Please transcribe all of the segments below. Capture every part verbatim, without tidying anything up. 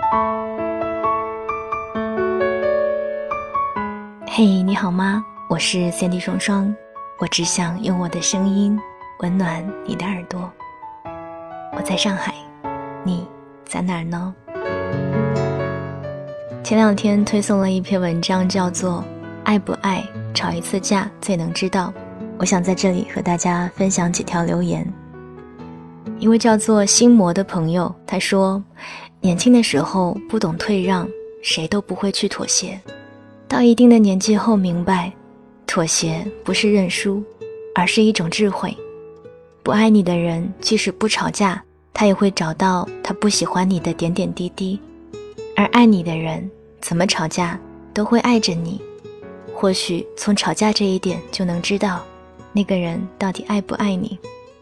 嘿、hey, 你好吗？我是三 D 双双，我只想用我的声音温暖你的耳朵。我在上海，你在哪儿呢？前两天推送了一篇文章，叫做爱不爱吵一次架最能知道。我想在这里和大家分享几条留言。一位叫做心魔的朋友，他说年轻的时候不懂退让，谁都不会去妥协，到一定的年纪后明白，妥协不是认输，而是一种智慧。不爱你的人即使不吵架，他也会找到他不喜欢你的点点滴滴，而爱你的人怎么吵架都会爱着你。或许从吵架这一点就能知道那个人到底爱不爱你。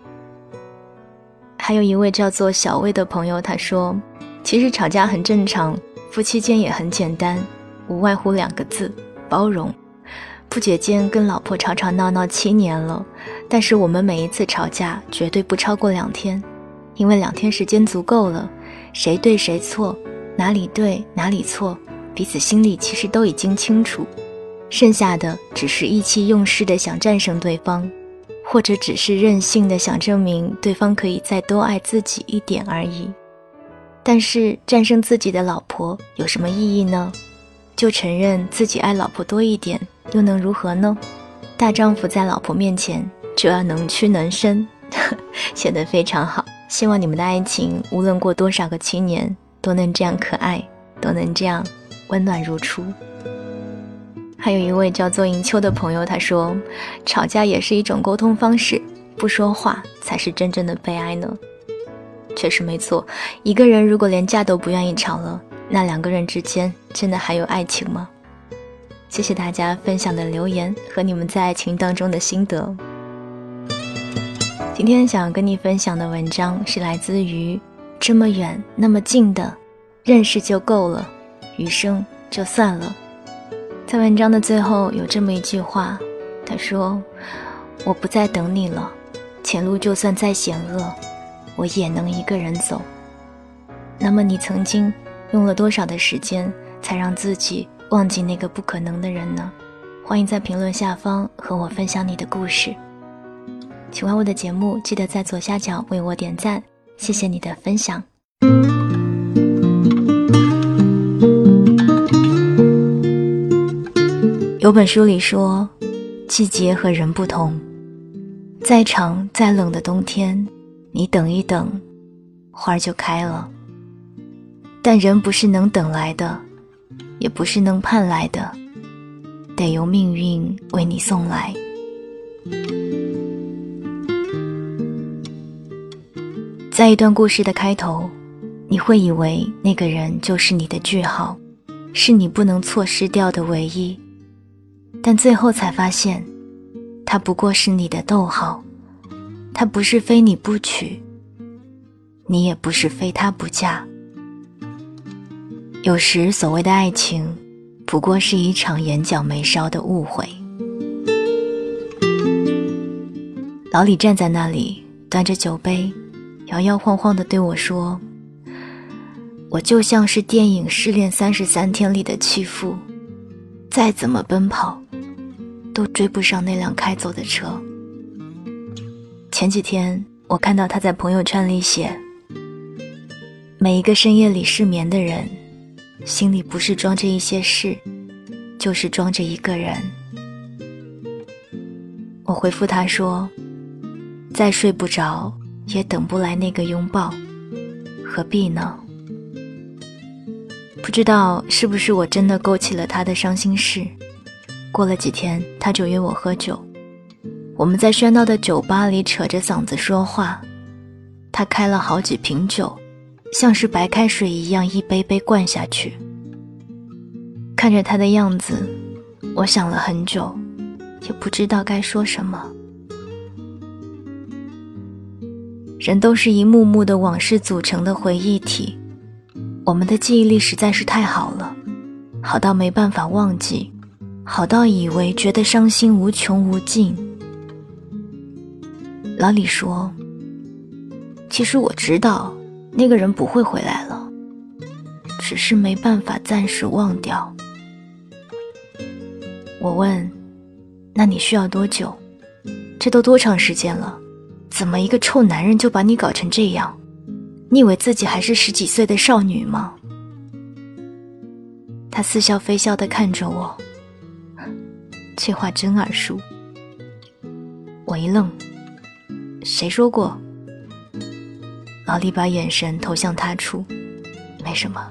还有一位叫做小薇的朋友，他说其实吵架很正常，夫妻间也很简单，无外乎两个字，包容。不觉间跟老婆吵吵闹闹七年了，但是我们每一次吵架绝对不超过两天，因为两天时间足够了，谁对谁错，哪里对哪里错，彼此心里其实都已经清楚，剩下的只是意气用事的想战胜对方，或者只是任性的想证明对方可以再多爱自己一点而已。但是战胜自己的老婆有什么意义呢？就承认自己爱老婆多一点又能如何呢？大丈夫在老婆面前就要能屈能伸写得非常好。希望你们的爱情无论过多少个七年都能这样可爱，都能这样温暖如初。还有一位叫做银秋的朋友，他说吵架也是一种沟通方式，不说话才是真正的悲哀呢。确实没错，一个人如果连架都不愿意吵了，那两个人之间真的还有爱情吗？谢谢大家分享的留言和你们在爱情当中的心得。今天想要跟你分享的文章是来自于这么远那么近的，认识就够了，余生就算了。在文章的最后有这么一句话，他说我不再等你了，前路就算再险恶，我也能一个人走。那么你曾经用了多少的时间才让自己忘记那个不可能的人呢？欢迎在评论下方和我分享你的故事。喜欢我的节目，记得在左下角为我点赞，谢谢你的分享。有本书里说，季节和人不同，再长再冷的冬天，你等一等，花就开了。但人不是能等来的，也不是能盼来的，得由命运为你送来。在一段故事的开头，你会以为那个人就是你的句号，是你不能错失掉的唯一，但最后才发现，他不过是你的逗号，他不是非你不娶，你也不是非他不嫁。有时所谓的爱情，不过是一场眼角眉梢的误会。老李站在那里，端着酒杯，摇摇晃晃地对我说，我就像是电影《失恋三十三天》里的弃妇，再怎么奔跑都追不上那辆开走的车。前几天我看到他在朋友圈里写，每一个深夜里失眠的人，心里不是装着一些事，就是装着一个人。我回复他说，再睡不着也等不来那个拥抱，何必呢？不知道是不是我真的勾起了他的伤心事。过了几天，他就约我喝酒，我们在喧闹的酒吧里扯着嗓子说话，他开了好几瓶酒，像是白开水一样一杯杯灌下去。看着他的样子，我想了很久，也不知道该说什么。人都是一幕幕的往事组成的回忆体，我们的记忆力实在是太好了，好到没办法忘记，好到以为觉得伤心无穷无尽。老李说，其实我知道那个人不会回来了， 只是没办法暂时忘掉。我问，那你需要多久？这都多长时间了？怎么一个臭男人就把你搞成这样？你以为自己还是十几岁的少女吗？他似笑非笑地看着我，这话真耳熟。我一愣，谁说过？老李把眼神投向他处，没什么。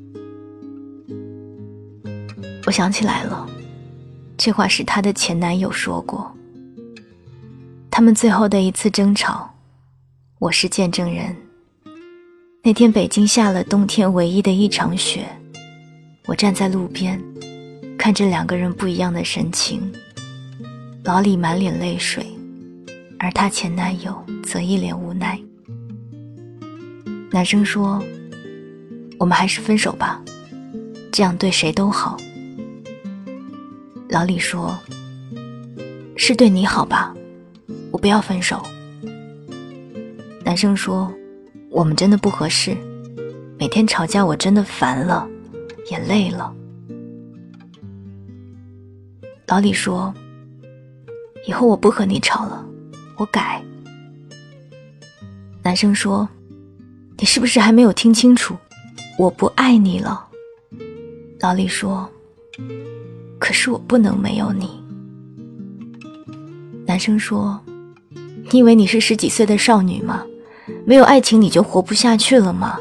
我想起来了，这话是她的前男友说过。他们最后的一次争吵，我是见证人。那天北京下了冬天唯一的一场雪，我站在路边，看着两个人不一样的神情。老李满脸泪水，而她前男友则一脸无奈。男生说，我们还是分手吧，这样对谁都好。老李说，是对你好吧，我不要分手。男生说，我们真的不合适，每天吵架我真的烦了，也累了。老李说，以后我不和你吵了，我改。男生说，你是不是还没有听清楚？我不爱你了。老李说，可是我不能没有你。男生说，你以为你是十几岁的少女吗？没有爱情你就活不下去了吗？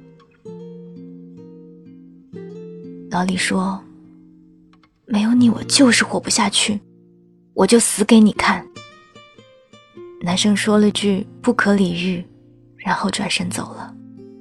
老李说，没有你我就是活不下去，我就死给你看。男生说了句不可理喻，然后转身走了。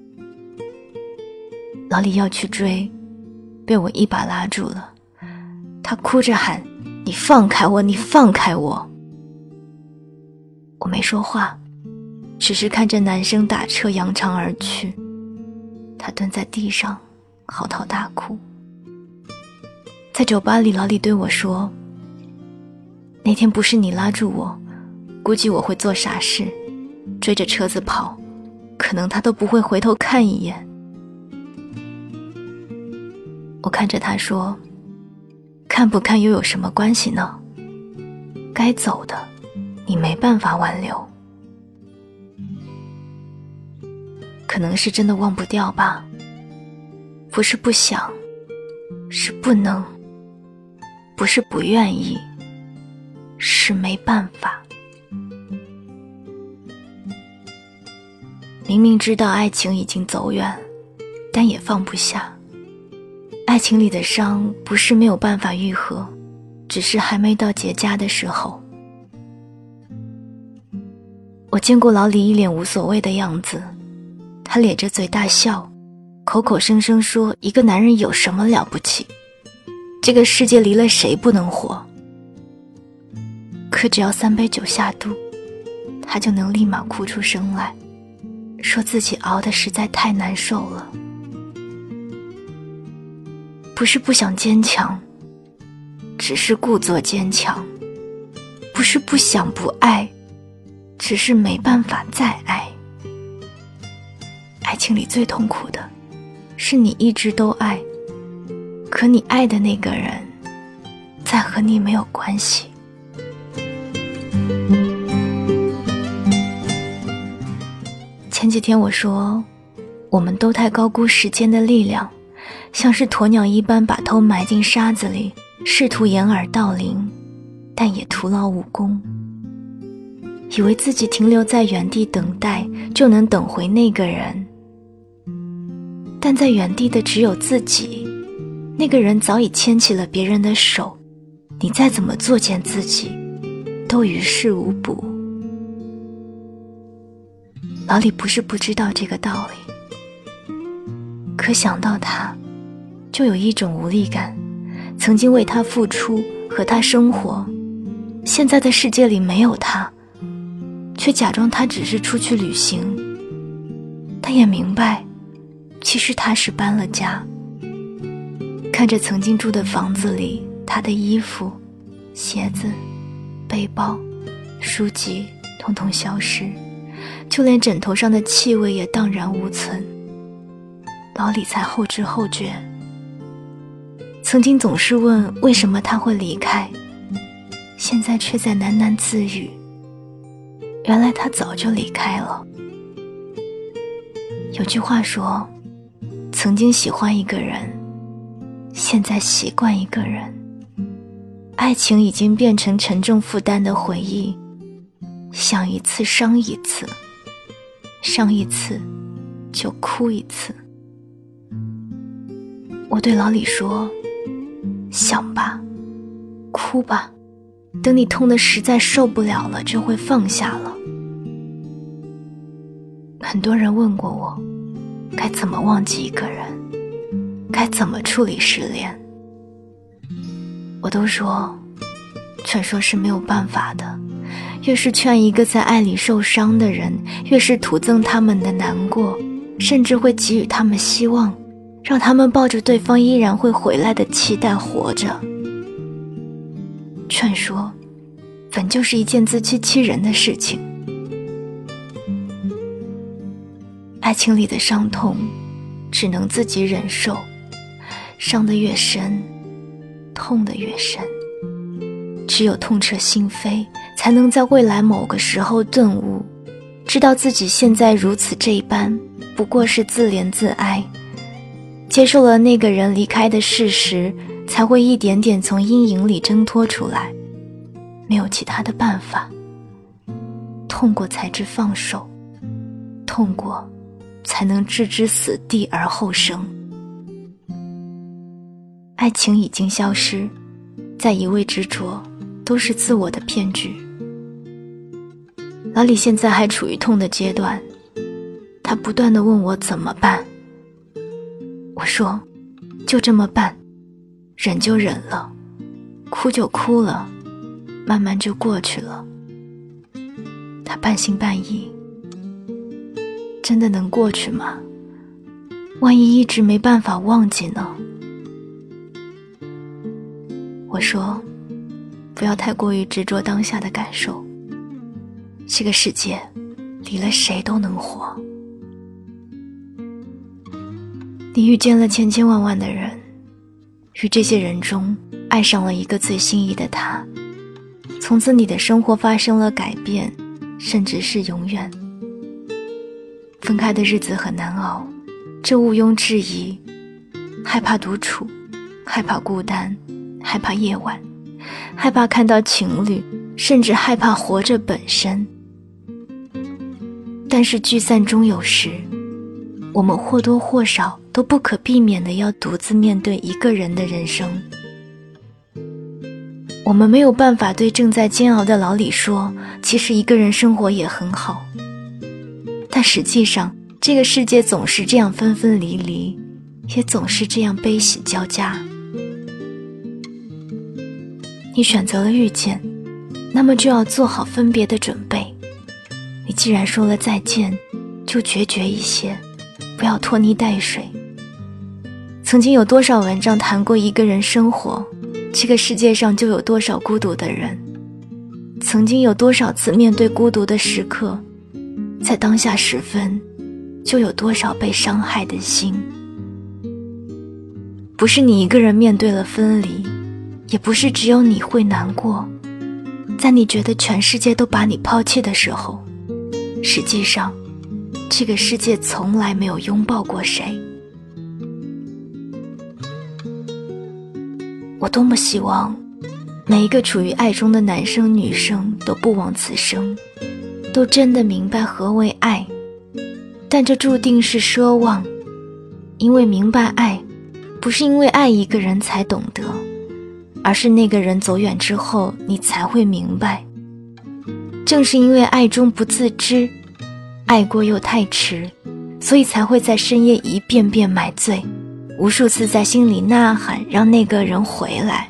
老李要去追，被我一把拉住了。他哭着喊，你放开我，你放开我。我没说话，只是看着男生打车扬长而去。他蹲在地上嚎啕大哭。在酒吧里，老李对我说，那天不是你拉住我，估计我会做傻事，追着车子跑，可能他都不会回头看一眼。我看着他说，看不看又有什么关系呢？该走的你没办法挽留。可能是真的忘不掉吧，不是不想，是不能，不是不愿意，是没办法。明明知道爱情已经走远，但也放不下。爱情里的伤不是没有办法愈合，只是还没到结痂的时候。我见过老李一脸无所谓的样子，他咧着嘴大笑，口口声声说一个男人有什么了不起，这个世界离了谁不能活。可只要三杯酒下肚，他就能立马哭出声来，说自己熬得实在太难受了。不是不想坚强，只是故作坚强；不是不想不爱，只是没办法再爱。爱情里最痛苦的是你一直都爱，可你爱的那个人再和你没有关系。前几天我说，我们都太高估时间的力量，像是鸵鸟一般把头埋进沙子里，试图掩耳盗铃，但也徒劳无功。以为自己停留在原地等待，就能等回那个人，但在原地的只有自己，那个人早已牵起了别人的手，你再怎么作践自己，都于事无补。老李不是不知道这个道理，可想到他，就有一种无力感。曾经为他付出，和他生活，现在的世界里没有他，却假装他只是出去旅行。但也明白，其实他是搬了家。看着曾经住的房子里，他的衣服、鞋子、背包、书籍统统消失，就连枕头上的气味也荡然无存。 老李才后知后觉。曾经总是问为什么他会离开，现在却在喃喃自语，原来他早就离开了。有句话说，曾经喜欢一个人，现在习惯一个人。爱情已经变成沉重负担的回忆，想一次伤一次，伤一次就哭一次。我对老李说，想吧，哭吧，等你痛得实在受不了了，就会放下了。很多人问过我，该怎么忘记一个人，该怎么处理失恋。我都说，劝说是没有办法的，越是劝一个在爱里受伤的人，越是徒增他们的难过，甚至会给予他们希望，让他们抱着对方依然会回来的期待活着。劝说本就是一件自欺欺人的事情。爱情里的伤痛只能自己忍受，伤得越深，痛得越深。只有痛彻心扉，才能在未来某个时候顿悟，知道自己现在如此这般，不过是自怜自哀。接受了那个人离开的事实，才会一点点从阴影里挣脱出来。没有其他的办法，痛过才知放手，痛过才能置之死地而后生。爱情已经消失，再一味执着都是自我的骗局。老李现在还处于痛的阶段，他不断地问我怎么办。我说，就这么办，忍就忍了，哭就哭了，慢慢就过去了。他半信半疑，真的能过去吗？万一一直没办法忘记呢？我说，不要太过于执着当下的感受，这个世界离了谁都能活。你遇见了千千万万的人，于这些人中爱上了一个最心仪的他，从此你的生活发生了改变，甚至是永远。分开的日子很难熬，这毋庸置疑。害怕独处，害怕孤单，害怕夜晚，害怕看到情侣，甚至害怕活着本身。但是聚散终有时，我们或多或少都不可避免地要独自面对一个人的人生。我们没有办法对正在煎熬的老李说，其实一个人生活也很好。但实际上，这个世界总是这样分分离离，也总是这样悲喜交加。你选择了遇见，那么就要做好分别的准备。你既然说了再见，就决绝一些，不要拖泥带水。曾经有多少文章谈过一个人生活，这个世界上就有多少孤独的人。曾经有多少次面对孤独的时刻，在当下时分，就有多少被伤害的心。不是你一个人面对了分离，也不是只有你会难过。在你觉得全世界都把你抛弃的时候，实际上这个世界从来没有拥抱过谁。我多么希望每一个处于爱中的男生女生都不枉此生，都真的明白何为爱。但这注定是奢望，因为明白爱，不是因为爱一个人才懂得，而是那个人走远之后你才会明白。正是因为爱中不自知，爱过又太迟，所以才会在深夜一遍遍买醉，无数次在心里呐喊，让那个人回来。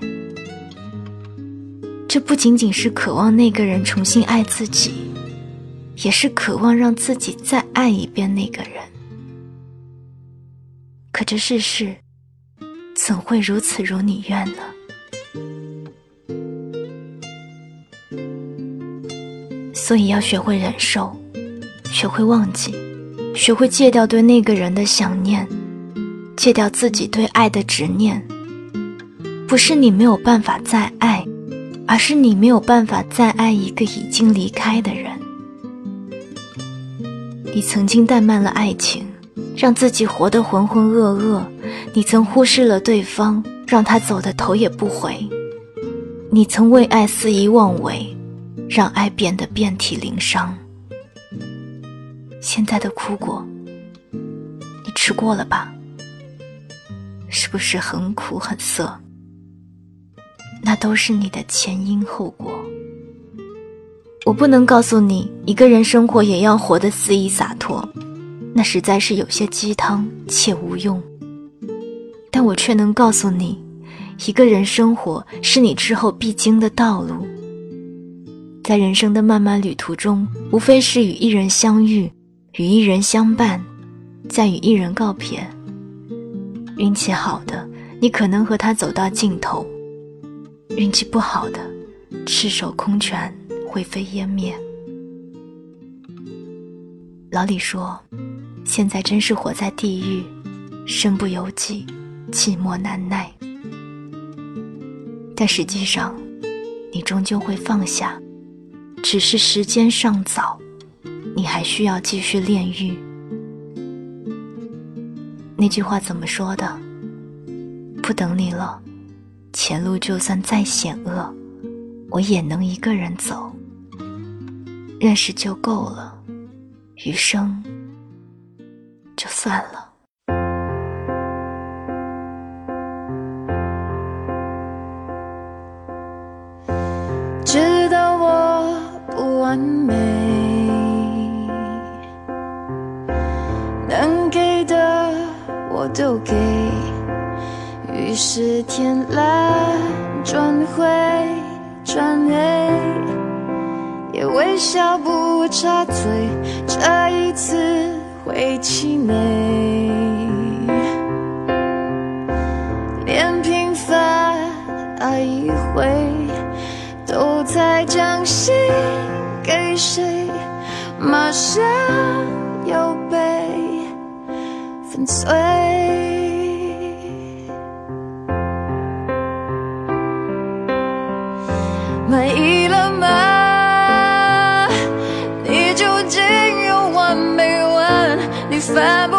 这不仅仅是渴望那个人重新爱自己，也是渴望让自己再爱一遍那个人。可这世事怎会如此如你愿呢？所以要学会忍受，学会忘记，学会戒掉对那个人的想念， 戒掉自己对爱的执念。不是你没有办法再爱，而是你没有办法再爱一个已经离开的人。你曾经怠慢了爱情，让自己活得浑浑噩噩，你曾忽视了对方，让他走得头也不回。你曾为爱肆意妄为，让爱变得遍体鳞伤。现在的苦果，你吃过了吧？是不是很苦很涩？那都是你的前因后果。我不能告诉你，一个人生活也要活得肆意洒脱，那实在是有些鸡汤且无用。但我却能告诉你，一个人生活是你之后必经的道路。在人生的漫漫旅途中，无非是与一人相遇，与一人相伴，再与一人告别。运气好的，你可能和他走到尽头；运气不好的，赤手空拳，灰飞烟灭。老李说，现在真是活在地狱，身不由己，寂寞难耐。但实际上，你终究会放下，只是时间尚早，你还需要继续炼狱。那句话怎么说的？不等你了，前路就算再险恶，我也能一个人走。认识就够了，余生就算了。 知道我不完美，能给的我都给，于是天蓝转灰转黑，也微笑不插嘴，这一次会气馁，连平凡爱一回都在将心给谁，马上又被粉碎。满意了吗？你究竟有完没完？你烦